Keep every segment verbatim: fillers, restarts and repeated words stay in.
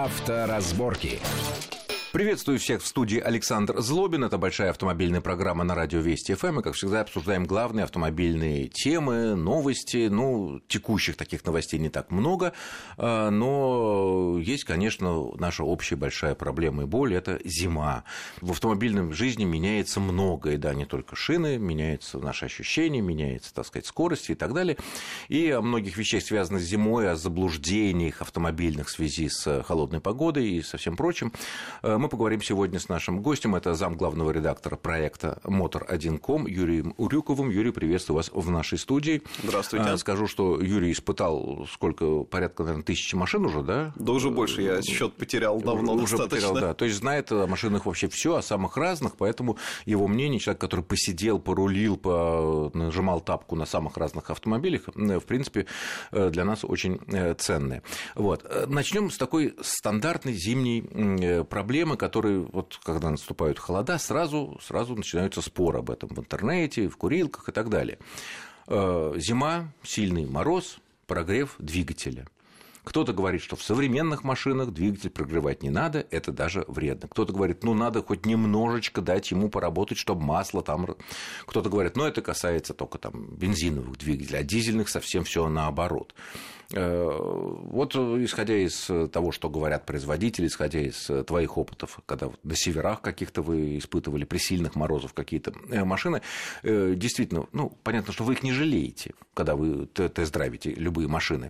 Авторазборки. Приветствую всех в студии Александр Злобин. Это большая автомобильная программа на радио Вести эф эм. И, как всегда, обсуждаем главные автомобильные темы, новости. Ну, текущих таких новостей не так много, но есть, конечно, наша общая большая проблема и боль – это зима. В автомобильной жизни меняется многое, да, не только шины, меняются наши ощущения, меняется, так сказать, скорость и так далее. И о многих вещах, связанных с зимой, о заблуждениях автомобильных в связи с холодной погодой и со всем прочим, мы поговорим сегодня с нашим гостем. Это зам главного редактора проекта мотор один точка ком Юрием Урюковым. Юрий, приветствую вас в нашей студии. Здравствуйте. Скажу, что Юрий испытал сколько, порядка, наверное, тысячи машин уже, да? Да уже больше, я счет потерял давно уже достаточно. Потерял, да. То есть знает о машинах вообще все, о самых разных, поэтому его мнение, человек, который посидел, порулил, нажимал тапку на самых разных автомобилях, в принципе, для нас очень ценное. Вот. Начнем с такой стандартной зимней проблемы, которые, вот, когда наступают холода, сразу, сразу начинаются споры об этом в интернете, в курилках и так далее. Зима, сильный мороз, прогрев двигателя. Кто-то говорит, что в современных машинах двигатель прогревать не надо, это даже вредно. Кто-то говорит, ну, надо хоть немножечко дать ему поработать, чтобы масло там... Кто-то говорит, ну, это касается только там бензиновых двигателей, а дизельных совсем все наоборот. Вот исходя из того, что говорят производители, исходя из твоих опытов, когда на северах каких-то вы испытывали при сильных морозах какие-то машины, действительно, ну, понятно, что вы их не жалеете, когда вы тест-драйвите любые машины.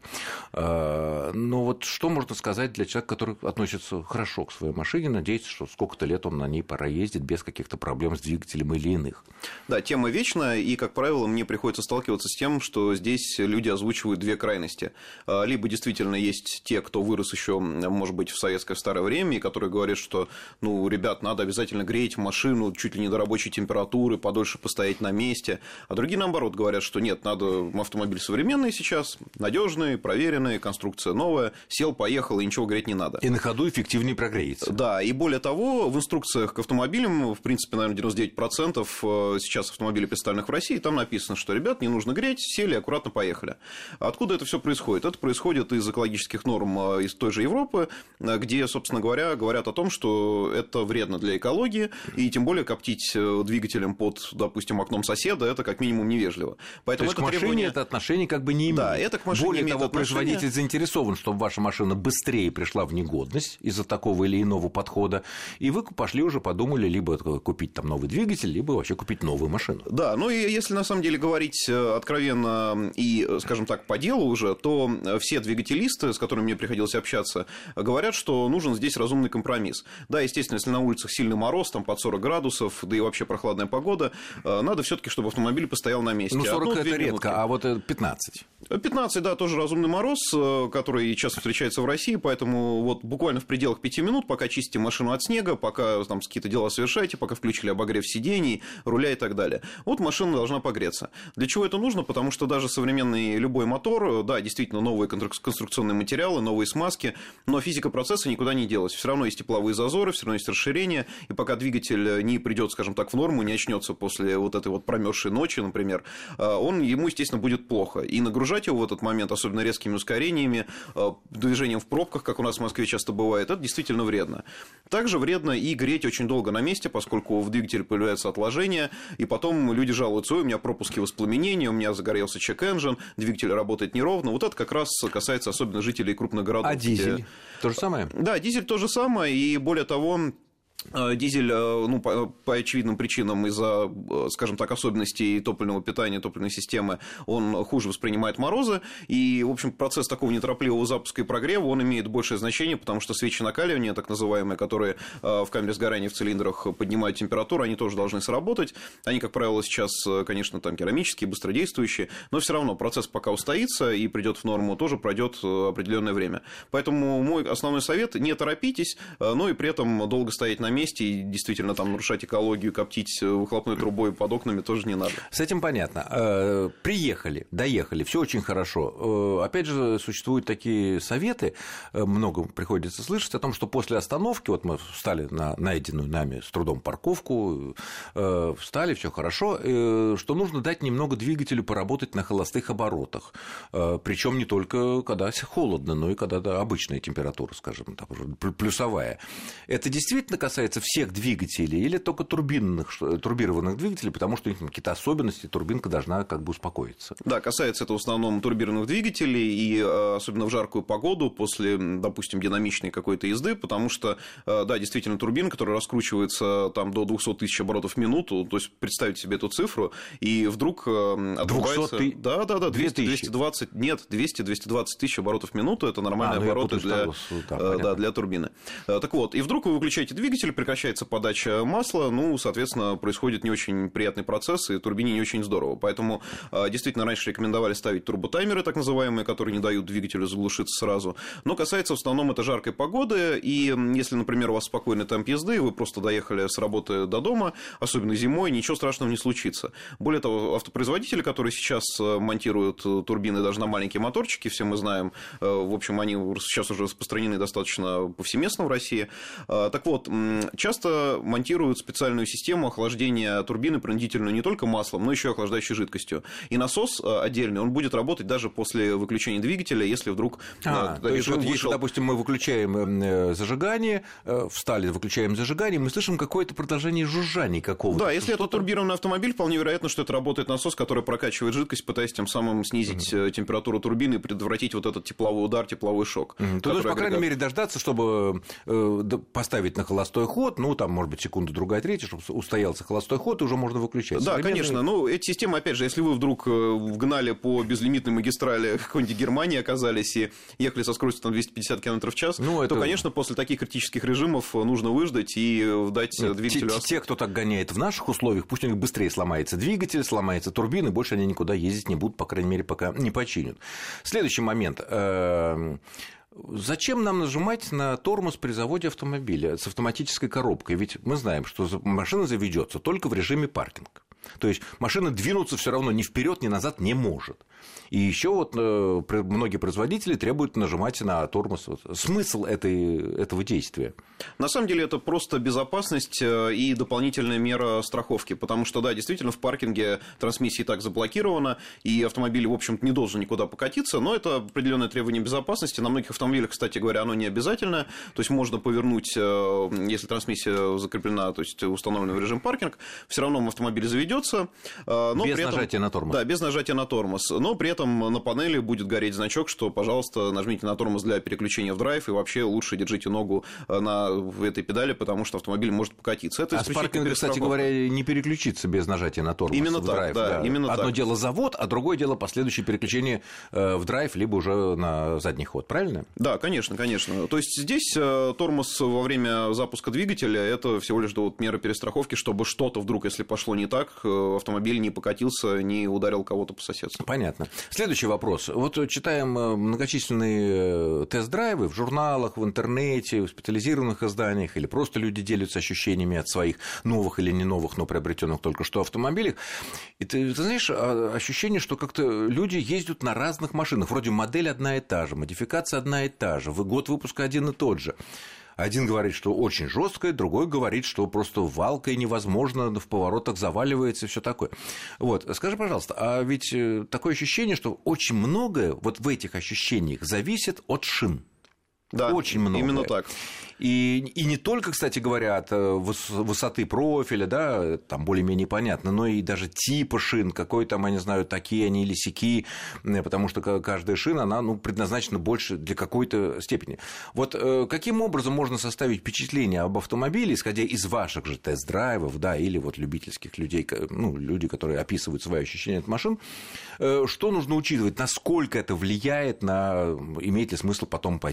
Но вот что можно сказать для человека, который относится хорошо к своей машине, надеется, что сколько-то лет он на ней пора ездит без каких-то проблем с двигателем или иных? Да, тема вечная, и, как правило, мне приходится сталкиваться с тем, что здесь люди озвучивают две крайности. Либо действительно есть те, кто вырос еще, может быть, в советское в старое время, и которые говорят, что, ну, ребят, надо обязательно греть машину чуть ли не до рабочей температуры, подольше постоять на месте. А другие, наоборот, говорят, что нет, надо автомобиль современный сейчас, надежный, проверенный, конструкция новая, сел, поехал, и ничего греть не надо. И на ходу эффективнее прогреется. Да, и более того, в инструкциях к автомобилям, в принципе, наверное, девяносто девять процентов сейчас автомобилей, представленных в России, там написано, что, ребят, не нужно греть, сели, аккуратно поехали. Откуда это все происходит? Это происходит из экологических норм из той же Европы, где, собственно говоря, говорят о том, что это вредно для экологии, и тем более коптить двигателем под, допустим, окном соседа, это как минимум невежливо. Поэтому то есть это к машине требование... это отношение как бы не имеет. Да, это к машине Более имеет того, отношение... производитель заинтересован, чтобы ваша машина быстрее пришла в негодность из-за такого или иного подхода, и вы пошли уже подумали либо купить там новый двигатель, либо вообще купить новую машину. Да, ну и если на самом деле говорить откровенно и, скажем так, по делу уже, то все двигателисты, с которыми мне приходилось общаться, говорят, что нужен здесь разумный компромисс. Да, естественно, если на улицах сильный мороз, там под сорок градусов, да и вообще прохладная погода, надо все-таки, чтобы автомобиль постоял на месте. Ну, сорок Одну, это редко, минутки. а вот пятнадцать. пятнадцать, да, тоже разумный мороз, который часто встречается в России, поэтому вот буквально в пределах пяти минут, пока чистите машину от снега, пока там какие-то дела совершаете, пока включили обогрев сидений, руля и так далее. Вот машина должна погреться. Для чего это нужно? Потому что даже современный любой мотор, да, действительно новые конструкционные материалы, новые смазки, но физика процесса никуда не делась. Все равно есть тепловые зазоры, все равно есть расширение, и пока двигатель не придет, скажем так, в норму, не очнется после вот этой вот промерзшей ночи, например, он, ему, естественно, будет плохо. И нагружать его в этот момент, особенно резкими ускорениями, движением в пробках, как у нас в Москве часто бывает, это действительно вредно. Также вредно и греть очень долго на месте, поскольку в двигателе появляется отложение, и потом люди жалуются: ой, у меня пропуски воспламенения, у меня загорелся чек-энджин, двигатель работает неровно. Вот это как раз касается особенно жителей крупных городов. А дизель? Где... То же самое? Да, дизель то же самое, и более того... Дизель, ну, по, по очевидным причинам, из-за, скажем так, особенностей топливного питания, топливной системы, он хуже воспринимает морозы, и, в общем, процесс такого неторопливого запуска и прогрева, он имеет большее значение, потому что свечи накаливания, так называемые, которые в камере сгорания в цилиндрах поднимают температуру, они тоже должны сработать. Они, как правило, сейчас, конечно, там керамические, быстродействующие, но все равно процесс пока устоится и придет в норму, тоже пройдет определенное время. Поэтому мой основной совет – не торопитесь, но и при этом долго стоять на на месте, и действительно там нарушать экологию, коптить выхлопной трубой под окнами тоже не надо. С этим понятно. Приехали, доехали, все очень хорошо. Опять же, существуют такие советы, много приходится слышать о том, что после остановки, вот мы встали на найденную нами с трудом парковку, встали, все хорошо, что нужно дать немного двигателю поработать на холостых оборотах. Причем не только когда холодно, но и когда да, обычная температура, скажем так, уже плюсовая. Это действительно касается всех двигателей или только турбинных, турбированных двигателей, потому что у них какие-то особенности, турбинка должна как бы успокоиться? Да, касается это в основном турбированных двигателей, и особенно в жаркую погоду, после, допустим, динамичной какой-то езды, потому что, да, действительно, турбина, которая раскручивается там до двести тысяч оборотов в минуту, то есть представить себе эту цифру, и вдруг отрубается... двести? Да, да, да, двести, двести двадцать, нет, двести - двести двадцать тысяч оборотов в минуту, это нормальные а, ну, обороты для, да, да, для турбины. Так вот, и вдруг вы выключаете двигатель, прекращается подача масла, ну, соответственно, происходит не очень приятный процесс, и турбине не очень здорово. Поэтому действительно раньше рекомендовали ставить турботаймеры, так называемые, которые не дают двигателю заглушиться сразу. Но касается в основном это жаркой погоды, и если, например, у вас спокойный темп езды, вы просто доехали с работы до дома, особенно зимой, ничего страшного не случится. Более того, автопроизводители, которые сейчас монтируют турбины даже на маленькие моторчики, все мы знаем, в общем, они сейчас уже распространены достаточно повсеместно в России. Так вот, часто монтируют специальную систему охлаждения турбины принудительную не только маслом, но еще и охлаждающей жидкостью. И насос отдельный, он будет работать даже после выключения двигателя, если вдруг... А, то есть, вот вышел... если, допустим, мы выключаем зажигание, встали, выключаем зажигание, мы слышим какое-то продолжение жужжания какого-то. Да, если это турбированный автомобиль, вполне вероятно, что это работает насос, который прокачивает жидкость, пытаясь тем самым снизить mm-hmm. температуру турбины и предотвратить вот этот тепловой удар, тепловой шок. Mm-hmm. То есть, по крайней мере, дождаться, чтобы поставить на холостой ход, ну, там, может быть, секунду-другая, третья, чтобы устоялся холостой ход, и уже можно выключать. Да, современные... конечно. Ну, эти системы, опять же, если вы вдруг вгнали по безлимитной магистрали какой-нибудь Германии оказались и ехали со скоростью на двести пятьдесят километров в час, ну, это... то, конечно, после таких критических режимов нужно выждать и дать Нет, двигателю... Те, те, кто так гоняет в наших условиях, пусть у них быстрее сломается двигатель, сломается турбина, и больше они никуда ездить не будут, по крайней мере, пока не починят. Следующий момент. Зачем нам нажимать на тормоз при заводе автомобиля с автоматической коробкой? Ведь мы знаем, что машина заведется только в режиме паркинга. То есть машина двинуться все равно ни вперед, ни назад не может. И еще вот многие производители требуют нажимать на тормоз. Смысл этой, этого действия? На самом деле это просто безопасность и дополнительная мера страховки. Потому что, да, действительно, в паркинге трансмиссия и так заблокирована, и автомобиль, в общем-то, не должен никуда покатиться, но это определенное требование безопасности. На многих автомобилях, кстати говоря, оно не обязательное. То есть можно повернуть, если трансмиссия закреплена, то есть установлена в режим паркинг, все равно автомобиль заведется. Но без при этом, нажатия на тормоз. Да, без нажатия на тормоз. Но при этом на панели будет гореть значок, что, пожалуйста, нажмите на тормоз для переключения в драйв, и вообще лучше держите ногу на этой педали, потому что автомобиль может покатиться. Это а с паркинга, кстати говоря, не переключиться без нажатия на тормоз. Именно в так, драйв, да, да. именно Одно так. дело завод, а другое дело последующее переключение в драйв, либо уже на задний ход, правильно? Да, конечно, конечно. То есть здесь тормоз во время запуска двигателя – это всего лишь вот мера перестраховки, чтобы что-то вдруг, если пошло не так, автомобиль не покатился, не ударил кого-то по соседству. Понятно. Следующий вопрос. Вот читаем многочисленные тест-драйвы в журналах, в интернете, в специализированных изданиях, или просто люди делятся ощущениями от своих новых или не новых, но приобретенных только что автомобилях. И ты, ты знаешь, ощущение, что как-то люди ездят на разных машинах. Вроде модель одна и та же, модификация одна и та же, год выпуска один и тот же. Один говорит, что очень жесткая, другой говорит, что просто валкой невозможно, в поворотах заваливается и все такое. Вот, скажи, пожалуйста, а ведь такое ощущение, что очень многое вот в этих ощущениях зависит от шин. Да, очень много. Именно так. И, и не только, кстати говоря, от высоты профиля, да, там более-менее понятно, но и даже типа шин, какой там, я не знаю, такие они или сяки, потому что каждая шина, она ну, предназначена больше для какой-то степени. Вот каким образом можно составить впечатление об автомобиле, исходя из ваших же тест-драйвов, да, или вот любительских людей, ну, люди, которые описывают свои ощущения от машин, что нужно учитывать, насколько это влияет на, имеет ли смысл потом пойти пощупать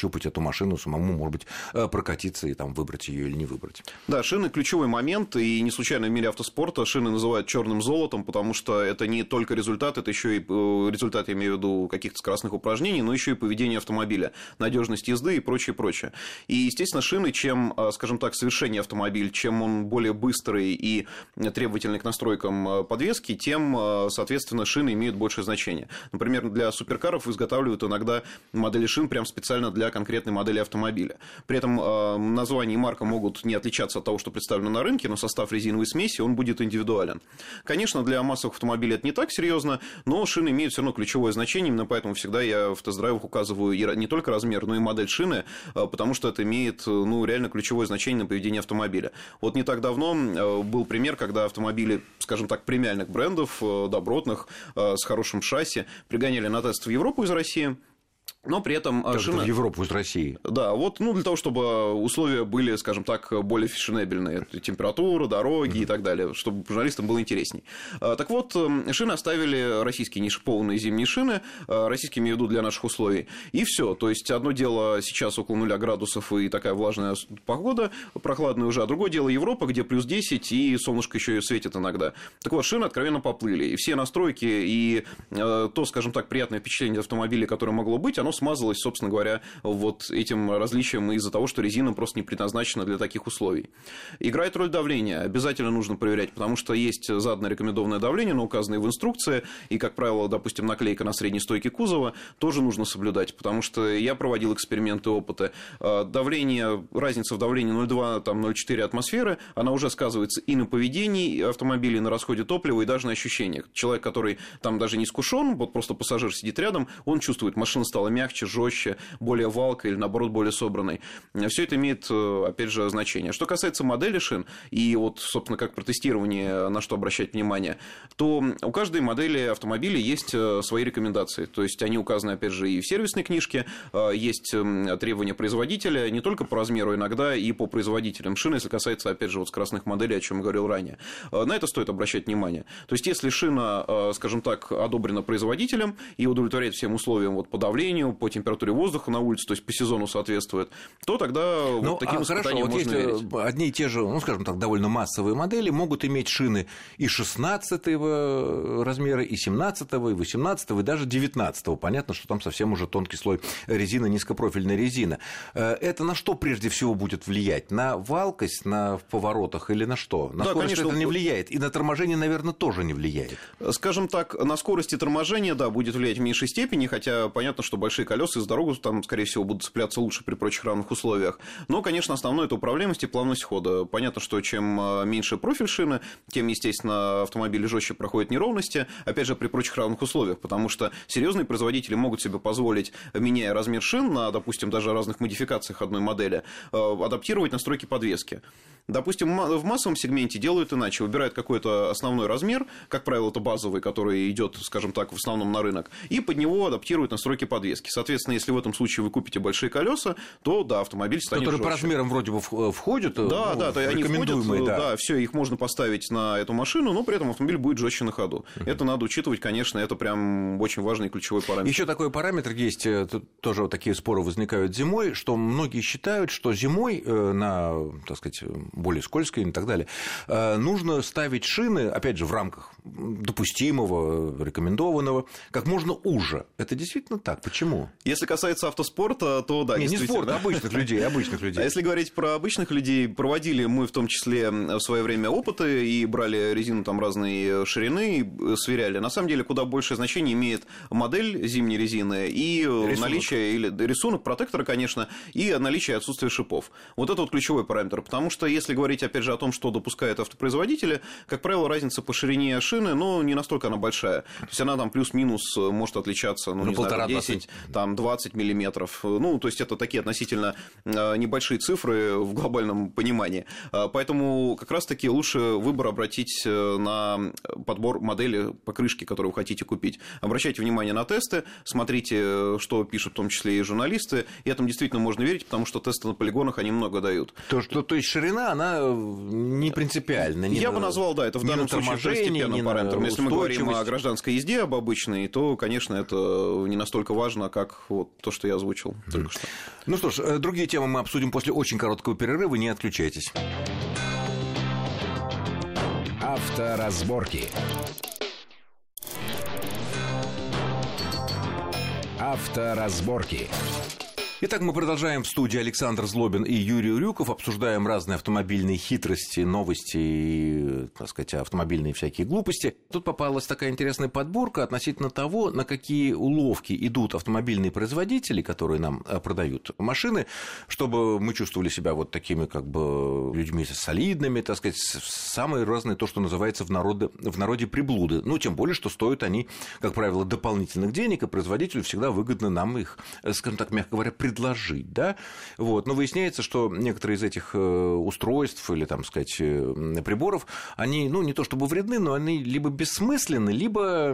пощупать эту машину, самому, может быть, прокатиться и там выбрать ее или не выбрать. Да, шины ключевой момент, и не случайно в мире автоспорта шины называют черным золотом, потому что это не только результат, это еще и результат, я имею в виду, каких-то скоростных упражнений, но еще и поведение автомобиля, надежность езды и прочее, прочее. И, естественно, шины, чем, скажем так, совершеннее автомобиль, чем он более быстрый и требовательный к настройкам подвески, тем, соответственно, шины имеют большее значение. Например, для суперкаров изготавливают иногда модели шин прям специально для конкретной модели автомобиля. При этом название и марка могут не отличаться от того, что представлено на рынке, но состав резиновой смеси, он будет индивидуален. Конечно, для массовых автомобилей это не так серьезно, но шины имеют все равно ключевое значение, именно поэтому всегда я в тест-драйвах указываю не только размер, но и модель шины, потому что это имеет, ну, реально ключевое значение на поведение автомобиля. Вот не так давно был пример, когда автомобили, скажем так, премиальных брендов, добротных, с хорошим шасси, пригоняли на тест в Европу из России. Но при этом как шина... в Европу из России. Да, вот, ну, для того, чтобы условия были, скажем так, более фешенебельные. Температура, дороги mm-hmm. и так далее, чтобы журналистам было интересней. Так вот, шины оставили российские нишеполные зимние шины, российские, имею в виду, для наших условий. И все. То есть, одно дело сейчас около нуля градусов и такая влажная погода, прохладная уже, а другое дело Европа, где плюс десять, и солнышко еще и светит иногда. Так вот, шины откровенно поплыли. И все настройки, и то, скажем так, приятное впечатление от автомобиля, которое могло быть, оно смазалось, собственно говоря, вот этим различием из-за того, что резина просто не предназначена для таких условий. Играет роль давления. Обязательно нужно проверять, потому что есть заданное рекомендованное давление, но указанное в инструкции, и, как правило, допустим, наклейка на средней стойке кузова тоже нужно соблюдать, потому что я проводил эксперименты, опыты. Давление, разница в давлении ноль целых две - ноль целых четыре атмосферы, она уже сказывается и на поведении автомобиля, и на расходе топлива, и даже на ощущениях. Человек, который там даже не искушен, вот просто пассажир сидит рядом, он чувствует, машина стала мягче, жестче, более валкой или, наоборот, более собранной. Все это имеет, опять же, значение. Что касается модели шин, и вот, собственно, как про тестирование, на что обращать внимание, то у каждой модели автомобиля есть свои рекомендации. То есть, они указаны, опять же, и в сервисной книжке, есть требования производителя, не только по размеру, иногда и по производителям шин, если касается, опять же, вот скоростных моделей, о чем я говорил ранее. На это стоит обращать внимание. То есть, если шина, скажем так, одобрена производителем и удовлетворяет всем условиям вот, по давлению, по температуре воздуха на улице, то есть по сезону соответствует, то тогда ну, вот таким а испытаниям хорошо, можно вот верить. Есть одни и те же, ну, скажем так, довольно массовые модели могут иметь шины и шестнадцатого размера, и семнадцатого, и восемнадцатого, и даже девятнадцатого. Понятно, что там совсем уже тонкий слой резины, низкопрофильная резина. Это на что прежде всего будет влиять? На валкость, на поворотах или на что? На да, скорость конечно, это не влияет. И на торможение, наверное, тоже не влияет. Скажем так, на скорость и торможение, да, будет влиять в меньшей степени, хотя понятно, что большие колеса из дорогу там, скорее всего, будут цепляться лучше при прочих равных условиях. Но, конечно, основное это управляемость и плавность хода. Понятно, что чем меньше профиль шины, тем, естественно, автомобили жестче проходят неровности, опять же, при прочих равных условиях, потому что серьезные производители могут себе позволить, меняя размер шин на, допустим, даже разных модификациях одной модели, адаптировать настройки подвески. Допустим, в массовом сегменте делают иначе, выбирают какой-то основной размер, как правило, это базовый, который идет, скажем так, в основном на рынок, и под него адаптируют настройки подвески. Соответственно, если в этом случае вы купите большие колеса, то да, автомобиль станет которые жестче. по размерам вроде бы входят, да, ну, да, то они входят, да, да, все, их можно поставить на эту машину, но при этом автомобиль будет жестче на ходу. Uh-huh. Это надо учитывать, конечно, это прям очень важный и ключевой параметр. Еще такой параметр есть, тут тоже вот такие споры возникают зимой, что многие считают, что зимой на, так сказать, более скользкой и так далее, нужно ставить шины, опять же, в рамках допустимого, рекомендованного, как можно уже. Это действительно так? Почему? Если касается автоспорта, то да, не, не спорта, обычных людей, обычных людей. А если говорить про обычных людей, проводили мы в том числе в свое время опыты и брали резину там разной ширины, и сверяли. На самом деле, куда большее значение имеет модель зимней резины и рисунок. Наличие, или рисунок протектора, конечно, и наличие и отсутствие шипов. Вот это вот ключевой параметр, потому что если говорить, опять же, о том, что допускают автопроизводители, как правило, разница по ширине шины, ну, не настолько она большая. То есть, она там плюс-минус может отличаться, ну, ну не знаю, десять, там, двадцать миллиметров. Ну, то есть, это такие относительно небольшие цифры в глобальном понимании. Поэтому как раз-таки лучше выбор обратить на подбор модели покрышки, которую вы хотите купить. Обращайте внимание на тесты, смотрите, что пишут в том числе и журналисты, и этому действительно можно верить, потому что тесты на полигонах, они много дают. То, что, то есть, ширина, она не принципиальна. Не Я на, бы назвал, да, это в данном случае второстепенным параметром. Если мы говорим о гражданской езде, об обычной, то, конечно, это не настолько важно, как вот то, что я озвучил только что. Ну что ж, другие темы мы обсудим после очень короткого перерыва, не отключайтесь. Авторазборки. Авторазборки. Итак, мы продолжаем в студии Александр Злобин и Юрий Урюков. Обсуждаем разные автомобильные хитрости, новости и, так сказать, автомобильные всякие глупости. Тут попалась такая интересная подборка относительно того, на какие уловки идут автомобильные производители, которые нам продают машины, чтобы мы чувствовали себя вот такими как бы людьми солидными, так сказать, самые разные, то, что называется в народе, в народе приблуды. Ну, тем более, что стоят они, как правило, дополнительных денег, и производителю всегда выгодно нам их, скажем так, мягко говоря, предложить, да, вот, но выясняется, что некоторые из этих устройств или, там сказать, приборов, они, ну, не то чтобы вредны, но они либо бессмысленны, либо,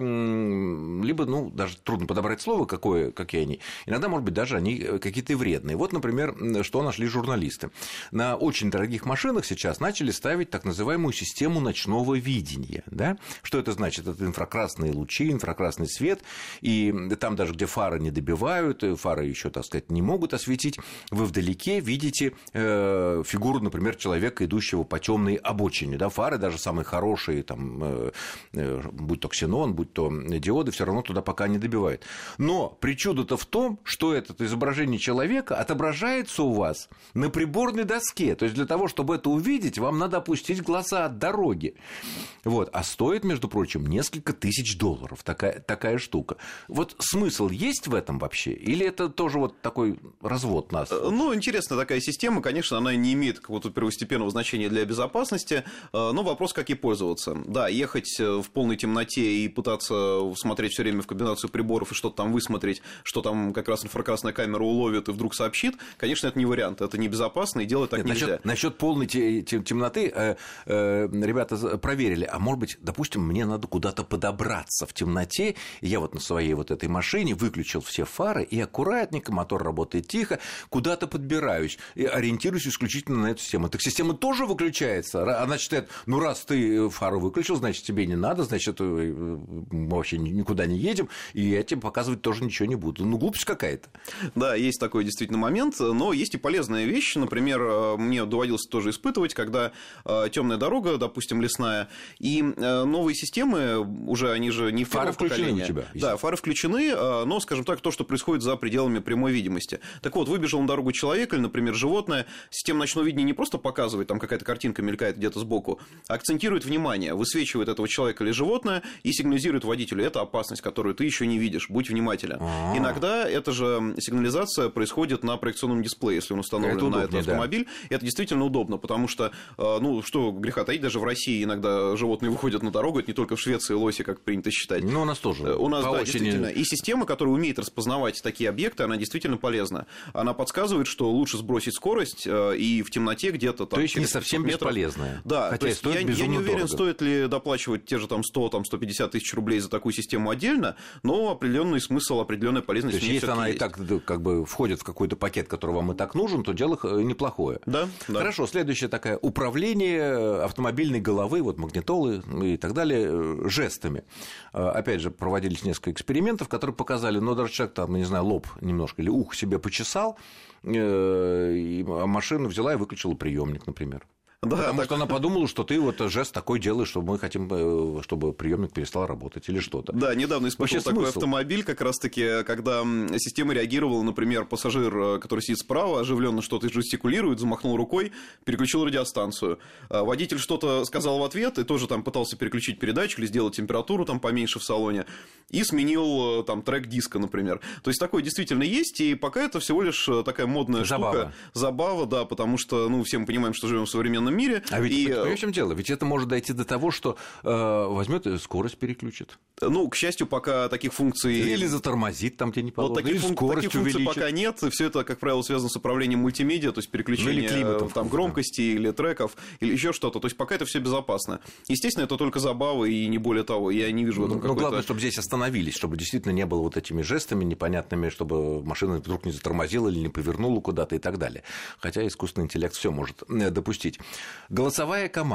либо, ну, даже трудно подобрать слово, какое, какие они, иногда, может быть, даже они какие-то и вредные. Вот, например, что нашли журналисты. На очень дорогих машинах сейчас начали ставить так называемую систему ночного видения, да, что это значит? Это инфракрасные лучи, инфракрасный свет, и там даже, где фары не добивают, фары еще, так сказать, не могут осветить, вы вдалеке видите э, фигуру, например, человека, идущего по темной обочине. Да, фары, даже самые хорошие, там, э, э, будь то ксенон, будь то диоды, все равно туда пока не добивают. Но причуда-то в том, что это изображение человека отображается у вас на приборной доске. То есть для того, чтобы это увидеть, вам надо опустить глаза от дороги. Вот. А стоит, между прочим, несколько тысяч долларов такая, такая штука. Вот смысл есть в этом вообще? Или это тоже вот такой развод нас? Ну, интересная такая система, конечно, она не имеет какого-то первостепенного значения для безопасности, но вопрос, как ей пользоваться. Да, ехать в полной темноте и пытаться смотреть все время в комбинацию приборов и что-то там высмотреть, что там как раз инфракрасная камера уловит и вдруг сообщит, конечно, это не вариант, это небезопасно и делать так Нет, нельзя. Насчет, насчет полной темноты э, э, ребята проверили, а может быть, допустим, мне надо куда-то подобраться в темноте, и я вот на своей вот этой машине выключил все фары и аккуратненько, мотор работает тихо, куда-то подбираюсь и ориентируюсь исключительно на эту систему. Так система тоже выключается. Она считает, ну, раз ты фару выключил, значит, тебе не надо, значит, мы вообще никуда не едем, и я тебе показывать тоже ничего не буду. Ну, глупость какая-то. Да, есть такой действительно момент, но есть и полезная вещь. Например, мне доводилось тоже испытывать, когда темная дорога, допустим, лесная, и новые системы, уже они же не фары включены у тебя. Да, фары включены, но, скажем так, то, что происходит за пределами прямой видимости. Так вот, выбежал на дорогу человек или, например, животное, система ночного видения не просто показывает, там какая-то картинка мелькает где-то сбоку, а акцентирует внимание, высвечивает этого человека или животное и сигнализирует водителю: это опасность, которую ты еще не видишь, будь внимателен. А-а-а. Иногда эта же сигнализация происходит на проекционном дисплее, если он установлен это на этот автомобиль. Да. Это действительно удобно, потому что, ну, что греха таить, даже в России иногда животные выходят на дорогу, это не только в Швеции лоси, как принято считать. Ну, у нас тоже. У нас, да, действительно. И система, которая умеет распознавать такие объекты, она действительно полезна. Она подсказывает, что лучше сбросить скорость и в темноте где-то там. То есть не совсем бесполезная. Да, хотя то есть я, я не уверен, дорого. Стоит ли доплачивать те же там сто - сто пятьдесят тысяч рублей за такую систему отдельно, но определенный смысл, определенная полезность. То есть если она есть. И так как бы входит в какой-то пакет, который вам и так нужен, то дело неплохое. Да, да. Хорошо, следующее такое: управление автомобильной головы, вот магнитолы и так далее, жестами. Опять же, проводились несколько экспериментов, которые показали, ну, даже человек там, не знаю, лоб немножко или ухо себе почесал, и машина взяла и выключила приемник, например. Да, Потому так... что она подумала, что ты вот жест такой делаешь, что мы хотим, чтобы приемник перестал работать или что-то. Да, недавно испытывал такой смысл? Автомобиль, как раз-таки, когда система реагировала, например, пассажир, который сидит справа, оживленно что-то жестикулирует, замахнул рукой, переключил радиостанцию. Водитель что-то сказал в ответ и тоже там пытался переключить передатчик или сделать температуру там поменьше в салоне, и сменил там трек диска, например. То есть такое действительно есть, и пока это всего лишь такая модная Забава. штука. Забава, да, потому что, ну, все мы понимаем, что живем в современном мире. А ведь, и... понимаешь, в чем дело? Ведь это может дойти до того, что э, возьмет и скорость переключит. Ну, к счастью, пока таких функций... Или затормозит там, где не положено, вот таких или функ... скорость таких увеличит. функций пока нет, и все это, как правило, связано с управлением мультимедиа, то есть переключение ну, климатов, там, громкости да. или треков, или еще что-то. То есть пока это все безопасно. Естественно, это только забава и не более того. Я не вижу в этом ну, какой-то... главное, чтобы здесь остановились, чтобы действительно не было вот этими жестами непонятными, чтобы машина вдруг не затормозила или не повернула куда-то и так далее. Хотя искусственный интеллект все может допустить. Голосовая команда.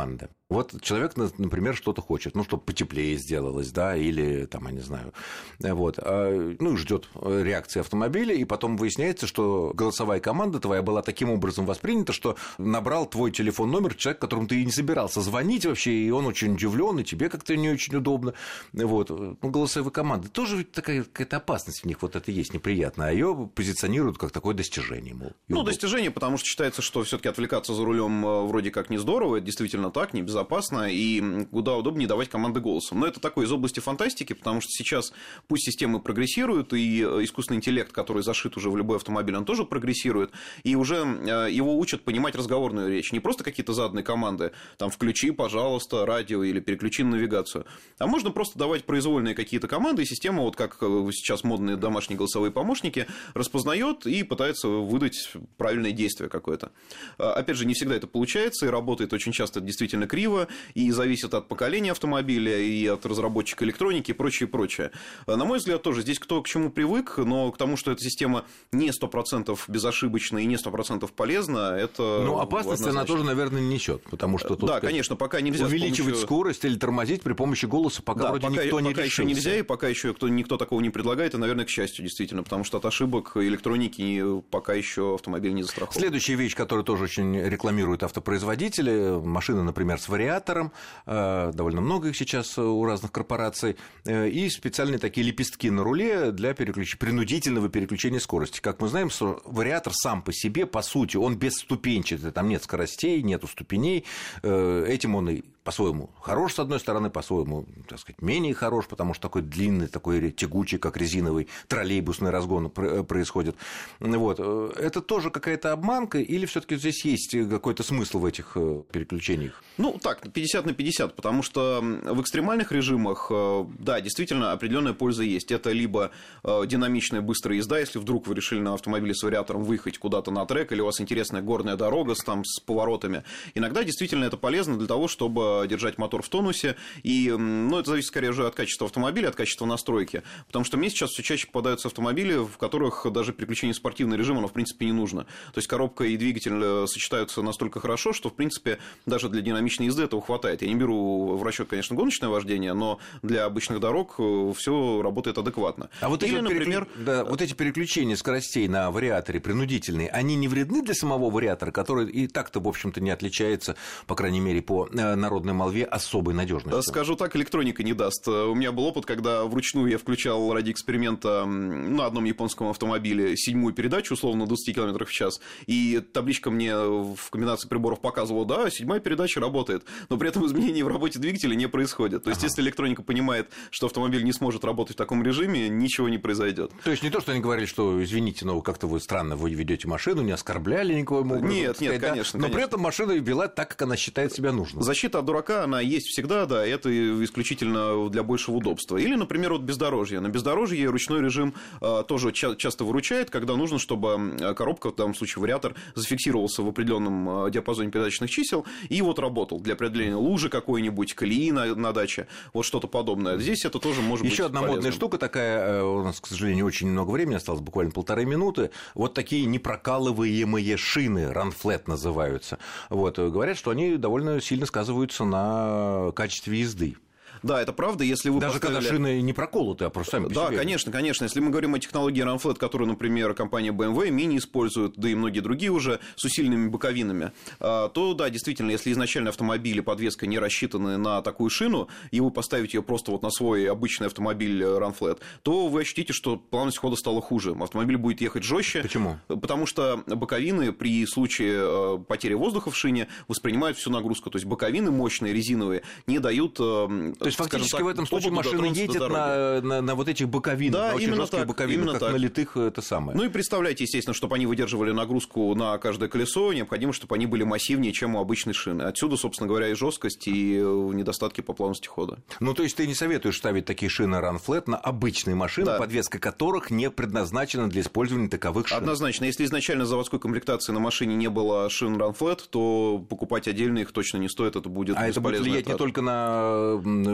Вот человек, например, что-то хочет, ну, чтобы потеплее сделалось, да, или, там, я не знаю, вот, ну, ждет реакции автомобиля, и потом выясняется, что голосовая команда твоя была таким образом воспринята, что набрал твой телефон номер человек, которому ты и не собирался звонить вообще, и он очень удивлен, и тебе как-то не очень удобно, вот. Ну, голосовые команды, тоже ведь такая какая-то опасность в них, вот это есть неприятно, а ее позиционируют как такое достижение, мол. Ну, достижение, потому что считается, что все-таки отвлекаться за рулем вроде как не здорово, это действительно так, небезопасно, и куда удобнее давать команды голосом. Но это такое из области фантастики, потому что сейчас пусть системы прогрессируют, и искусственный интеллект, который зашит уже в любой автомобиль, он тоже прогрессирует, и уже его учат понимать разговорную речь, не просто какие-то заданные команды, там, включи, пожалуйста, радио или переключи на навигацию, а можно просто давать произвольные какие-то команды, и система, вот как сейчас модные домашние голосовые помощники, распознает и пытается выдать правильное действие какое-то. Опять же, не всегда это получается, и работает очень часто действительно криво, и зависит от поколения автомобиля, и от разработчика электроники, и прочее, прочее. На мой взгляд, тоже здесь кто к чему привык, но к тому, что эта система не сто процентов безошибочна и не сто процентов полезна, это... Ну, опасность она тоже, наверное, несет, потому что тут... Да, сказать, конечно, пока нельзя... Увеличивать помощью... скорость или тормозить при помощи голоса пока да, вроде пока, никто не пока решился. еще нельзя, и пока еще кто, никто такого не предлагает, и, наверное, к счастью, действительно, потому что от ошибок электроники пока еще автомобиль не застрахован. Следующая вещь, которую тоже очень рекламируют автопроизводители, машины, например, с вариатором, довольно много их сейчас у разных корпораций, и специальные такие лепестки на руле для переключ... принудительного переключения скорости. Как мы знаем, вариатор сам по себе, по сути, он бесступенчатый, там нет скоростей, нету ступеней, этим он и по-своему хорош, с одной стороны, по-своему, так сказать, менее хорош, потому что такой длинный, такой тягучий, как резиновый троллейбусный разгон происходит. Вот. Это тоже какая-то обманка, или все-таки здесь есть какой-то смысл в этих переключениях? Ну, так, пятьдесят на пятьдесят, потому что в экстремальных режимах, да, действительно, определенная польза есть. Это либо динамичная быстрая езда, если вдруг вы решили на автомобиле с вариатором выехать куда-то на трек, или у вас интересная горная дорога с, там, с поворотами. Иногда действительно это полезно для того, чтобы держать мотор в тонусе, и, ну, это зависит скорее уже от качества автомобиля, от качества настройки, потому что мне сейчас все чаще попадаются автомобили, в которых даже переключение в спортивный режим, оно, в принципе, не нужно. То есть коробка и двигатель сочетаются настолько хорошо, что, в принципе, даже для динамичной езды этого хватает. Я не беру в расчет, конечно, гоночное вождение, но для обычных дорог все работает адекватно. А вот, Или, эти, например... переклю... да, вот эти переключения скоростей на вариаторе принудительные, они не вредны для самого вариатора, который и так-то, в общем-то, не отличается, по крайней мере, по народной молве, особой надежностью? Скажу так, электроника не даст. У меня был опыт, когда вручную я включал ради эксперимента на одном японском автомобиле седьмую передачу, условно, двадцать километров в час, и табличка мне в комбинации приборов показывала, да, седьмая передача работает, но при этом изменений в работе двигателя не происходит. То есть, ага. если электроника понимает, что автомобиль не сможет работать в таком режиме, ничего не произойдет. То есть, не то, что они говорили, что, извините, но как-то вы странно вы ведете машину, не оскорбляли никаким образом. Нет, сказать, нет, да? конечно. Но конечно. при этом машина вела так, как она считает себя нужным. Защита от дурака, она есть всегда, да, это исключительно для большего удобства. Или, например, вот бездорожье. На бездорожье ручной режим а, тоже ча- часто выручает, когда нужно, чтобы коробка, в данном случае вариатор, зафиксировался в определенном диапазоне передаточных чисел и вот работал для преодоления лужи какой-нибудь, колеи на, на даче, вот что-то подобное. Здесь это тоже может Еще быть Еще одна полезным. модная штука такая, у нас, к сожалению, очень немного времени осталось, буквально полторы минуты, вот такие непрокалываемые шины, run-flat называются. Вот, говорят, что они довольно сильно сказываются на качестве езды. Да, это правда, если вы Даже поставили... когда шины не проколоты, а просто сами по Да, себе. конечно, конечно. Если мы говорим о технологии run-flat, которую, например, компания бэ эм вэ, Mini использует, да и многие другие уже, с усиленными боковинами, то, да, действительно, если изначально автомобиль и подвеска не рассчитаны на такую шину, и вы поставите ее просто вот на свой обычный автомобиль run-flat, то вы ощутите, что плавность хода стала хуже. Автомобиль будет ехать жестче. Почему? Потому что боковины при случае потери воздуха в шине воспринимают всю нагрузку. То есть боковины мощные, резиновые, не дают... То есть, фактически так, в этом случае машина едет на, на, на вот этих боковинах, да, на очень жестких так, боковинах, как так. налитых, это самое. Ну и представляете, естественно, чтобы они выдерживали нагрузку на каждое колесо, необходимо, чтобы они были массивнее, чем у обычной шины. Отсюда, собственно говоря, и жесткость, и недостатки по плавности хода. Ну, то есть, ты не советуешь ставить такие шины run-flat на обычные машины, да. подвеска которых не предназначена для использования таковых шин? Однозначно. Если изначально заводской комплектации на машине не было шин run-flat, то покупать отдельно их точно не стоит, это будет А это будет влиять трата. не только на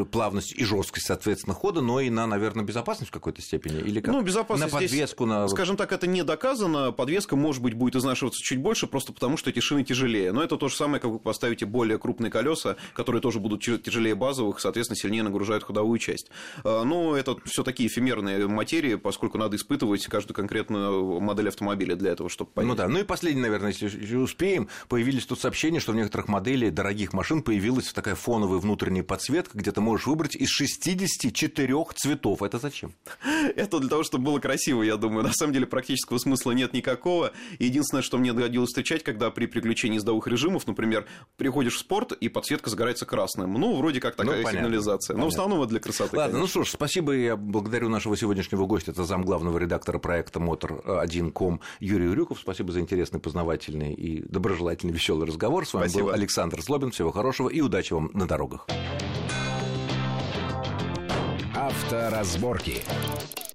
плавность и жесткость, соответственно, хода, но и на, наверное, безопасность в какой-то степени? Или как? Ну, безопасность на подвеску? Здесь, на... Скажем так, это не доказано. Подвеска, может быть, будет изнашиваться чуть больше, просто потому что эти шины тяжелее. Но это то же самое, как вы поставите более крупные колеса, которые тоже будут тяжелее базовых, соответственно, сильнее нагружают ходовую часть. Но это все такие эфемерные материи, поскольку надо испытывать каждую конкретную модель автомобиля для этого, чтобы понять. Ну да, ну и последний, наверное, если успеем, появились тут сообщения, что в некоторых моделях дорогих машин появилась такая фоновая внутренняя подсветка, где ты можешь выбрать из шестидесяти четырёх цветов. Это зачем? Это для того, чтобы было красиво, я думаю. На самом деле практического смысла нет никакого. Единственное, что мне доводилось встречать, когда при переключении ездовых режимов, например, приходишь в спорт, и подсветка загорается красным. Ну, вроде как такая ну, сигнализация. Понятно. Но в основном это для красоты. Ладно, конечно. Ну что ж, спасибо. Я благодарю нашего сегодняшнего гостя. Это замглавного редактора проекта мотор один точка ком Юрий Урюков. Спасибо за интересный, познавательный и доброжелательный, веселый разговор. С вами Спасибо. Был Александр Злобин. Всего хорошего и удачи вам на дорогах. Авторазборки.